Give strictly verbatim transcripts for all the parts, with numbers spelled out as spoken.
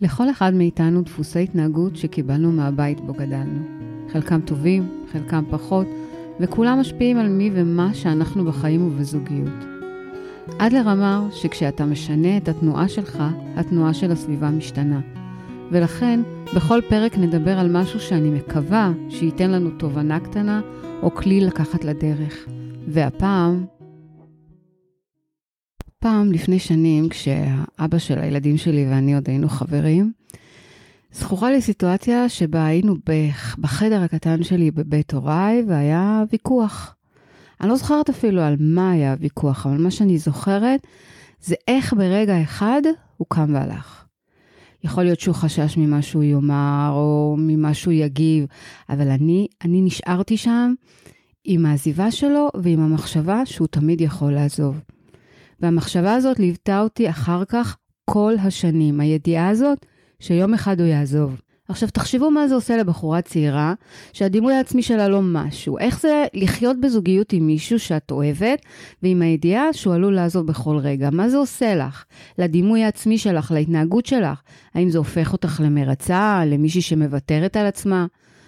לכל אחד מאיתנו דפוסי התנהגות שקיבלנו מהבית בו גדלנו. חלקם טובים, חלקם פחות, וכולם משפיעים על מי ומה שאנחנו בחיים ובזוגיות. אדלר אמר שכשאתה משנה את התנועה שלך, התנועה של הסביבה משתנה. ולכן, בכל פרק נדבר על משהו שאני מקווה שייתן לנו תובנה קטנה או כלי לקחת לדרך. והפעם, פעם לפני שנים, כשהאבא של הילדים שלי ואני עוד היינו חברים, זכורה לי סיטואציה שבה היינו בחדר הקטן שלי בבית הוריי והיה ויכוח. אני לא זוכרת אפילו על מה היה הוויכוח, אבל מה שאני זוכרת זה איך ברגע אחד הוא קם והלך. יכול להיות שהוא חשש ממה שהוא יאמר או ממה שהוא יגיב, אבל אני, אני נשארתי שם עם העזיבה שלו ועם המחשבה שהוא תמיד יכול לעזוב. והמחשבה הזאת ליוותה אותי אחר כך כל השנים, הידיעה הזאת שיום אחד הוא יעזוב. עכשיו תחשבו מה זה עושה לבחורה צעירה, שהדימוי העצמי שלה לא משהו. איך זה לחיות בזוגיות עם מישהו שאת אוהבת, ועם הידיעה שהוא עלול לעזוב בכל רגע. מה זה עושה לך? לדימוי העצמי שלך, להתנהגות שלך? האם זה הופך אותך למרצה, למישהי שמוותרת על עצמה?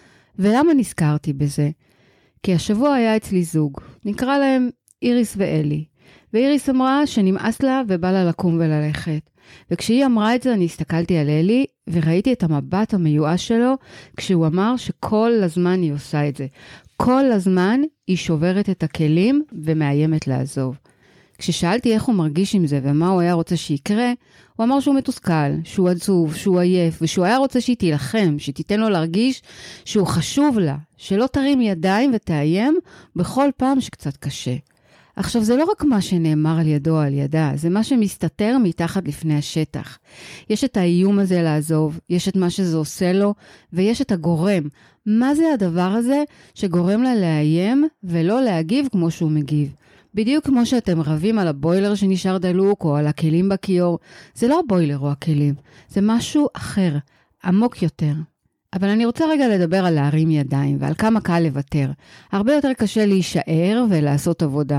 ולמה נזכרתי בזה? כי השבוע היה אצלי זוג, נקרא להם איריס ואלי. ואיריס אמרה שנמאס לה ובא לה לקום וללכת. וכשהיא אמרה את זה, אני הסתכלתי על אלי, וראיתי את המבט המיואש שלו, כשהוא אמר שכל הזמן היא עושה את זה. כל הזמן היא שוברת את הכלים ומאיימת לעזוב. כששאלתי איך הוא מרגיש עם זה ומה הוא היה רוצה שיקרה, הוא אמר שהוא מתוסכל, שהוא עצוב, שהוא עייף, ושהוא היה רוצה שהיא תילחם, שתיתן לו להרגיש שהוא חשוב לה, שלא תרים ידיים ותאיים בכל פעם שקצת קשה. עכשיו, זה לא רק מה שנאמר על ידו או על ידה, זה מה שמסתתר מתחת לפני השטח. יש את האיום הזה לעזוב, יש את מה שזה עושה לו, ויש את הגורם. מה זה הדבר הזה שגורם לה לאיים ולא להגיב כמו שהוא מגיב? בדיוק כמו שאתם רבים על הבוילר שנשאר דלוק או על הכלים בכיור, זה לא הבוילר או הכלים, זה משהו אחר, עמוק יותר. אבל אני רוצה רגע לדבר על להרים ידיים ועל כמה קל לוותר. הרבה יותר קשה להישאר ולעשות עבודה.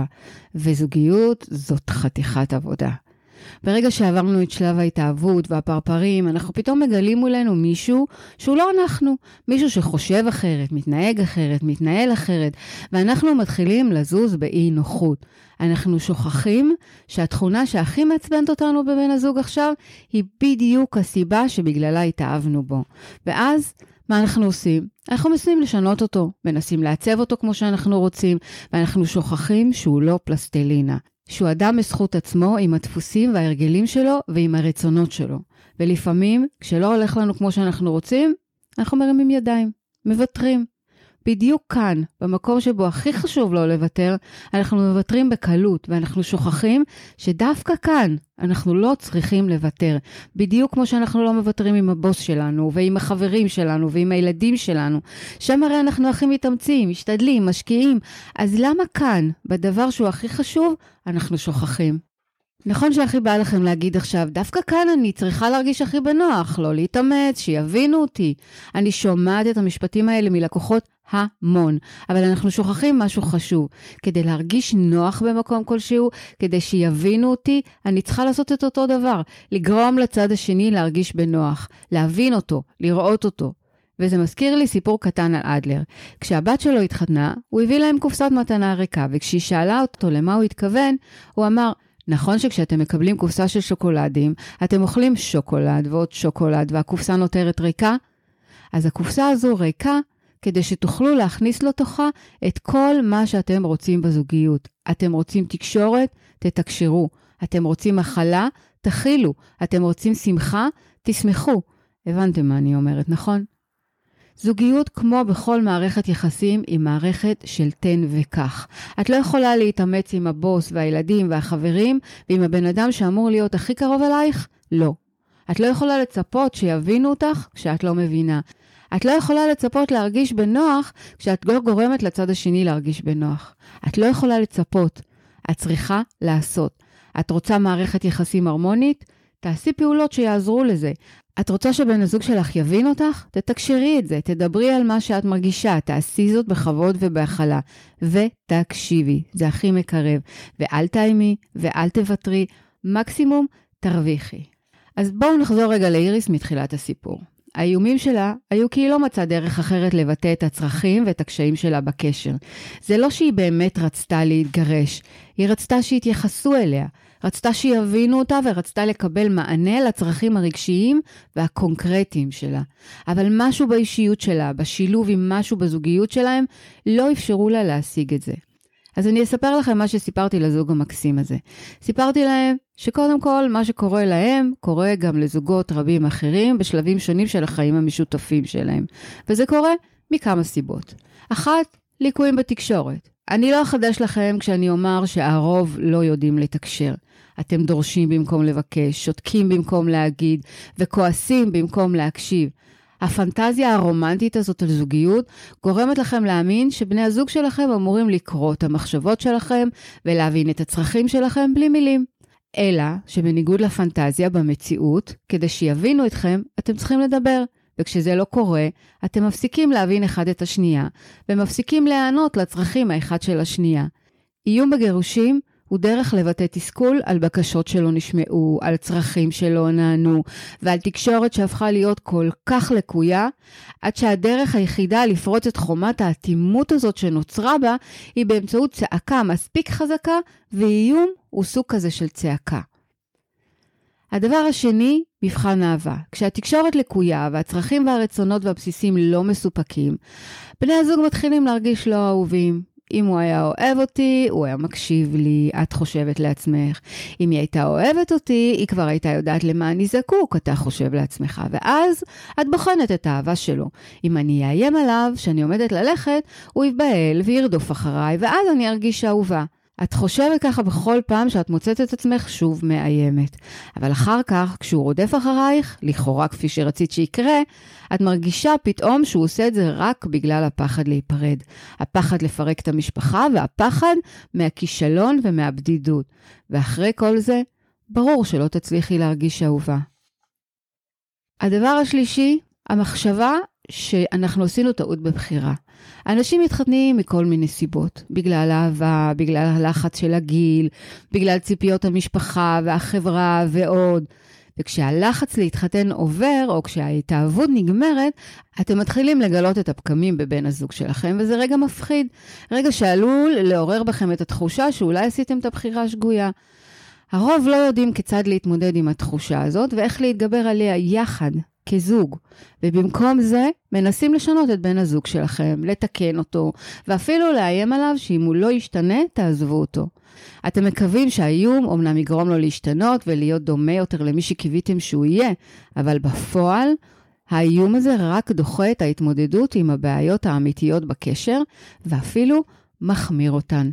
וזוגיות זאת חתיכת עבודה. ברגע שעברנו את שלב ההתאהבות והפרפרים, אנחנו פתאום מגלים מולנו מישהו שהוא לא אנחנו. מישהו שחושב אחרת, מתנהג אחרת, מתנהל אחרת. ואנחנו מתחילים לזוז באי נוחות. אנחנו שוכחים שהתכונה שהכי מעצבנת אותנו בבן הזוג עכשיו, היא בדיוק הסיבה שבגללה התאהבנו בו. ואז, מה אנחנו עושים? אנחנו מנסים לשנות אותו, מנסים לעצב אותו כמו שאנחנו רוצים, ואנחנו שוכחים שהוא לא פלסטלינה. שהוא אדם בזכות עצמו עם הדפוסים וההרגלים שלו ועם הרצונות שלו. ולפעמים, כשלא הולך לנו כמו שאנחנו רוצים, אנחנו מרימים ידיים, מוותרים. בדיוק כאן, במקום שבו הכי חשוב לא לוותר, אנחנו מוותרים בקלות, ואנחנו שוכחים שדווקא כאן אנחנו לא צריכים לוותר. בדיוק כמו שאנחנו לא מוותרים עם הבוס שלנו, ועם החברים שלנו, ועם הילדים שלנו. שם הרי אנחנו הכי מתאמצים, משתדלים, משקיעים. אז למה כאן, בדבר שהוא הכי חשוב, אנחנו שוכחים? נכון שהכי בא לכם להגיד עכשיו, דווקא כאן אני צריכה להרגיש הכי בנוח, לא להתאמץ, שיבינו אותי. אני שומעת את המשפטים האלה מלקוחות המון, אבל אנחנו שוכחים משהו חשוב. כדי להרגיש נוח במקום כלשהו, כדי שיבינו אותי, אני צריכה לעשות את אותו דבר, לגרום לצד השני להרגיש בנוח, להבין אותו, לראות אותו. וזה מזכיר לי סיפור קטן על אדלר. כשהבת שלו התחתנה, הוא הביא להם קופסת מתנה ריקה, וכשהיא שאלה אותו למה הוא התכוון, הוא אמר, נכון שכשאתם מקבלים קופסה של שוקולדים, אתם אוכלים שוקולד ועוד שוקולד, והקופסה נותרת ריקה? אז הקופסה הזו ריקה, כדי שתוכלו להכניס לתוכה את כל מה שאתם רוצים בזוגיות. אתם רוצים תקשורת? תתקשרו. אתם רוצים מחלה? תכילו. אתם רוצים שמחה? תשמחו. הבנתם מה אני אומרת, נכון? זוגיות כמו בכל מערכת יחסים היא מערכת של תן וכך. את לא יכולה להתאמץ עם הבוס והילדים והחברים ועם הבן אדם שאמור להיות הכי קרוב אלייך? לא. את לא יכולה לצפות שיבינו אותך כשאת לא מבינה. את לא יכולה לצפות להרגיש בנוח כשאת לא גורמת לצד השני להרגיש בנוח. את לא יכולה לצפות. את צריכה לעשות. את רוצה מערכת יחסים הרמונית? תעשי פעולות שיעזרו לזה. את רוצה שבן הזוג שלך יבין אותך? תתקשרי את זה, תדברי על מה שאת מרגישה, תעשי זאת בכבוד ובהכלה, ותקשיבי, זה הכי מקרב. ואל תאיימי, ואל תוותרי, מקסימום תרוויחי. אז בואו נחזור רגע לאיריס מתחילת הסיפור. האיומים שלה היו כי היא לא מצאה דרך אחרת לבטא את הצרכים ואת הקשיים שלה בקשר. זה לא שהיא באמת רצתה להתגרש, היא רצתה שיתייחסו אליה, רצתה שיבינו אותה ורצתה לקבל מענה לצרכים הרגשיים והקונקרטיים שלה. אבל משהו באישיות שלה, בשילוב עם משהו בזוגיות שלהם, לא אפשרו לה להשיג את זה. אז אני אספר לכם מה שסיפרתי לזוג המקסים הזה. סיפרתי להם שקודם כל מה שקורה להם, קורה גם לזוגות רבים אחרים בשלבים שונים של החיים המשותפים שלהם. וזה קורה מכמה סיבות. אחת, ליקויים בתקשורת. אני לא אחדש לכם כשאני אומר שהרוב לא יודעים לתקשר. אתם דורשים במקום לבקש, שותקים במקום להגיד, וכועסים במקום להקשיב. הפנטזיה הרומנטית הזאת על זוגיות גורמת לכם להאמין שבני הזוג שלכם אמורים לקרוא את המחשבות שלכם ולהבין את הצרכים שלכם בלי מילים. אלא שבניגוד לפנטזיה במציאות, כדי שיבינו אתכם, אתם צריכים לדבר. וכשזה לא קורה, אתם מפסיקים להבין אחד את השנייה, ומפסיקים להיענות לצרכים האחד של השנייה. איום בגירושים הוא דרך לבטא תסכול על בקשות שלא נשמעו, על צרכים שלא נענו, ועל תקשורת שהפכה להיות כל כך לקויה, עד שהדרך היחידה לפרוץ את חומת האטימות הזאת שנוצרה בה, היא באמצעות צעקה מספיק חזקה, ואיום הוא סוג כזה של צעקה. הדבר השני, מבחן אהבה. כשהתקשורת לקויה והצרכים והרצונות והבסיסים לא מסופקים, בני הזוג מתחילים להרגיש לא אהובים. אם הוא היה אוהב אותי, הוא היה מקשיב לי, את חושבת לעצמך. אם היא הייתה אוהבת אותי, היא כבר הייתה יודעת למה אני זקוק, אתה חושב לעצמך. ואז את בוחנת את האהבה שלו. אם אני אאיים עליו, שאני עומדת ללכת, הוא יבהל וירדוף אחריי, ואז אני ארגיש אהובה. את חושבת ככה בכל פעם שאת מוצאת את עצמך שוב מאיימת. אבל אחר כך, כשהוא רודף אחרייך, לכאורה כפי שרצית שיקרה, את מרגישה פתאום שהוא עושה את זה רק בגלל הפחד להיפרד. הפחד לפרק את המשפחה והפחד מהכישלון ומהבדידות. ואחרי כל זה, ברור שלא תצליחי להרגיש אהובה. הדבר השלישי, המחשבה שאנחנו עשינו טעות בבחירה. אנשים מתחתנים מכל מיני סיבות, בגלל האהבה, בגלל הלחץ של הגיל, בגלל ציפיות המשפחה והחברה ועוד. וכשהלחץ להתחתן עובר, או כשההתאהבות נגמרת, אתם מתחילים לגלות את הפקמים בבן הזוג שלכם, וזה רגע מפחיד. רגע שעלול לעורר בכם את התחושה שאולי עשיתם את הבחירה השגויה. הרוב לא יודעים כיצד להתמודד עם התחושה הזאת, ואיך להתגבר עליה יחד. כזוג, ובמקום זה מנסים לשנות את בן הזוג שלכם, לתקן אותו, ואפילו לאיים עליו שאם הוא לא ישתנה, תעזבו אותו. אתם מקווים שהאיום אומנם יגרום לו להשתנות ולהיות דומה יותר למי שקיוויתם שהוא יהיה, אבל בפועל, האיום הזה רק דוחה את ההתמודדות עם הבעיות האמיתיות בקשר, ואפילו מחמיר אותן.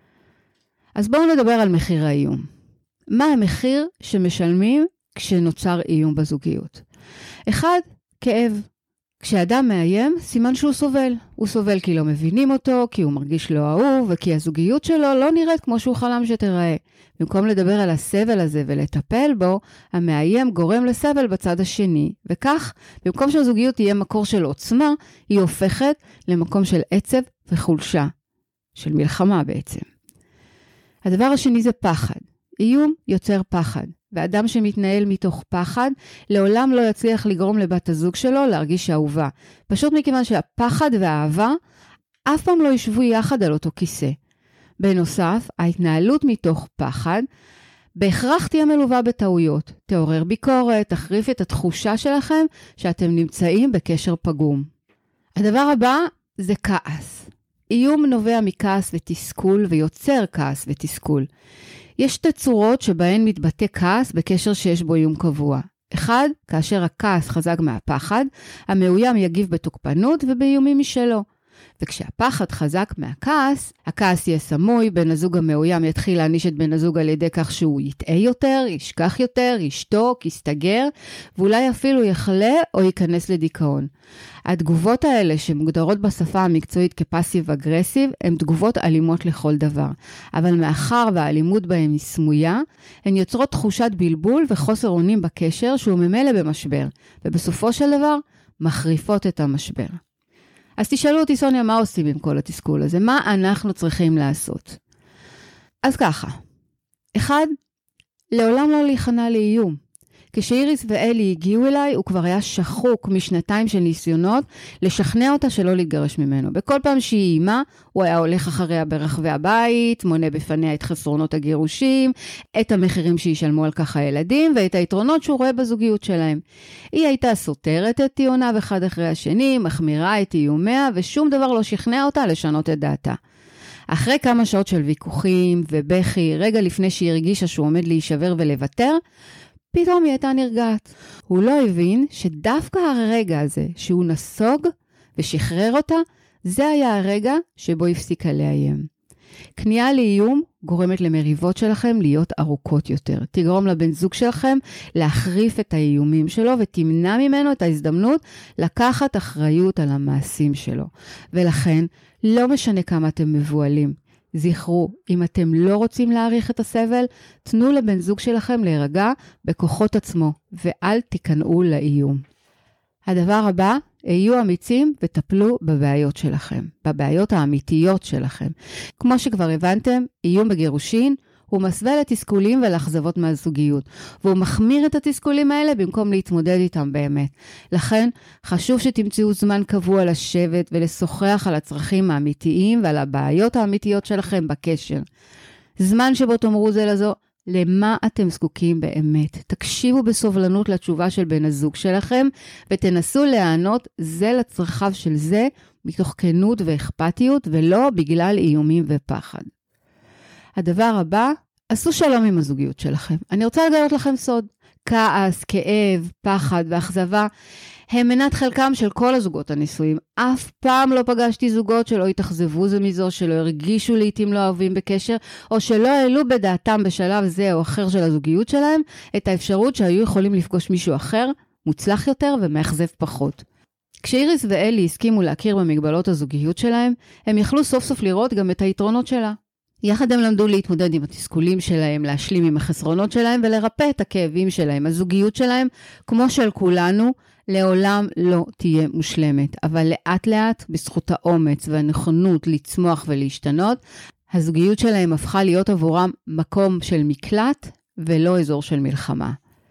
אז בואו נדבר על מחיר האיום. מה המחיר שמשלמים כשנוצר איום בזוגיות? אחד, כאב. כשאדם מאיים, סימן שהוא סובל. הוא סובל כי לא מבינים אותו, כי הוא מרגיש לא אהוב, וכי הזוגיות שלו לא נראית כמו שהוא חלם שתראה. במקום לדבר על הסבל הזה ולטפל בו, המאיים גורם לסבל בצד השני. וכך, במקום שהזוגיות תהיה מקור של עוצמה, היא הופכת למקום של עצב וחולשה. של מלחמה בעצם. הדבר השני זה פחד. איום יוצר פחד. ואדם שמתנהל מתוך פחד, לעולם לא יצליח לגרום לבת הזוג שלו להרגיש אהובה. פשוט מכיוון שהפחד והאהבה אף פעם לא ישבו יחד על אותו כיסא. בנוסף, ההתנהלות מתוך פחד, בהכרח תהיה מלווה בטעויות. תעורר ביקורת, תחריף את התחושה שלכם שאתם נמצאים בקשר פגום. הדבר הבא זה כעס. איום נובע מכעס ותסכול ויוצר כעס ותסכול. יש תצורות שבהן מתבטא כעס בקשר שיש בו איום קבוע. אחד, כאשר הכעס חזק מהפחד, המאוים יגיב בתוקפנות ובאיומים משלו. וכשהפחד חזק מהכעס, הכעס יהיה סמוי, בן הזוג המאוים יתחיל להעניש את בן הזוג על ידי כך שהוא יטעה יותר, ישכח יותר, ישתוק, יסתגר, ואולי אפילו יחלה או ייכנס לדיכאון. התגובות האלה שמוגדרות בשפה המקצועית כפסיב אגרסיב, הן תגובות אלימות לכל דבר. אבל מאחר והאלימות בהן היא סמויה, הן יוצרות תחושת בלבול וחוסר אונים בקשר שהוא ממילא במשבר, ובסופו של דבר מחריפות את המשבר. אז תשאלו אותי, סוניה, מה עושים עם כל התסכול הזה? מה אנחנו צריכים לעשות? אז ככה, אחד, לעולם לא להיכנע לאיום. כשאיריס ואלי הגיעו אליי, הוא כבר היה שחוק משנתיים של ניסיונות לשכנע אותה שלא להתגרש ממנו. בכל פעם שהיא אימה, הוא היה הולך אחריה ברחבי הבית, מונה בפניה את חסרונות הגירושים, את המחירים שישלמו על כך הילדים, ואת היתרונות שהוא רואה בזוגיות שלהם. היא הייתה סותרת את טיעוניו אחד אחרי השני, מחמירה את איומיה, ושום דבר לא שכנע אותה לשנות את דעתה. אחרי כמה שעות של ויכוחים ובכי, רגע לפני שהיא הרגישה שהוא עומד להישבר ולוותר, פתאום היא הייתה נרגעת. הוא לא הבין שדווקא הרגע הזה שהוא נסוג ושחרר אותה, זה היה הרגע שבו הפסיקה לאיים. כניעה לאיום גורמת למריבות שלכם להיות ארוכות יותר. תגרום לבן זוג שלכם להחריף את האיומים שלו ותמנע ממנו את ההזדמנות לקחת אחריות על המעשים שלו. ולכן לא משנה כמה אתם מבועלים. זכרו, אם אתם לא רוצים להאריך את הסבל, תנו לבן זוג שלכם להירגע בכוחות עצמו ואל תיכנעו לאיום. הדבר הבא, היו אמיצים וטפלו בבעיות שלכם, בבעיות האמיתיות שלכם. כמו שכבר הבנתם, איום בגירושין הוא מסווה לתסכולים ולאכזבות מהזוגיות, והוא מחמיר את התסכולים האלה במקום להתמודד איתם באמת. לכן חשוב שתמצאו זמן קבוע לשבת ולשוחח על הצרכים האמיתיים ועל הבעיות האמיתיות שלכם בקשר. זמן שבו תאמרו זה לזו, למה אתם זקוקים באמת. תקשיבו בסובלנות לתשובה של בן הזוג שלכם, ותנסו להיענות זה לצרכיו של זה, מתוך כנות ואכפתיות, ולא בגלל איומים ופחד. הדבר הבא, עשו שלום עם הזוגיות שלכם. אני רוצה לגלות לכם סוד. כעס, כאב, פחד ואכזבה, הם מנת חלקם של כל הזוגות הנישואים. אף פעם לא פגשתי זוגות שלא התאכזבו זה מזו, שלא הרגישו לעתים לא אוהבים בקשר, או שלא העלו בדעתם בשלב זה או אחר של הזוגיות שלהם, את האפשרות שהיו יכולים לפגוש מישהו אחר, מוצלח יותר ומאכזב פחות. כשאיריס ואלי הסכימו להכיר במגבלות הזוגיות שלהם, הם יכלו סוף סוף לראות גם את היתרונות שלה. יחד הם למדו להתמודד עם התסכולים שלהם, להשלים עם החסרונות שלהם ולרפא את הכאבים שלהם. הזוגיות שלהם, כמו של כולנו, לעולם לא תהיה מושלמת, אבל לאט לאט, בזכות האומץ והנכונות לצמוח ולהשתנות, הזוגיות שלהם הפכה להיות עבורם מקום של מקלט ולא אזור של מלחמה.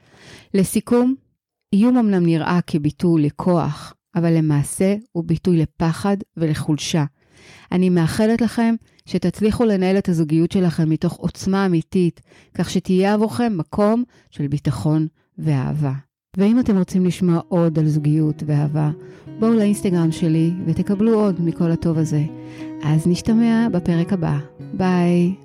לסיכום, איום אמנם נראה כביטוי לכוח, אבל למעשה הוא ביטוי לפחד ולחולשה. אני מאחלת לכם שתצליחו לנהל את הזוגיות שלכם מתוך עוצמה אמיתית, כך שתהיה עבורכם מקום של ביטחון ואהבה. ואם אתם רוצים לשמוע עוד על זוגיות ואהבה, בואו לאינסטגרם שלי ותקבלו עוד מכל הטוב הזה. אז נשתמע בפרק הבא. ביי.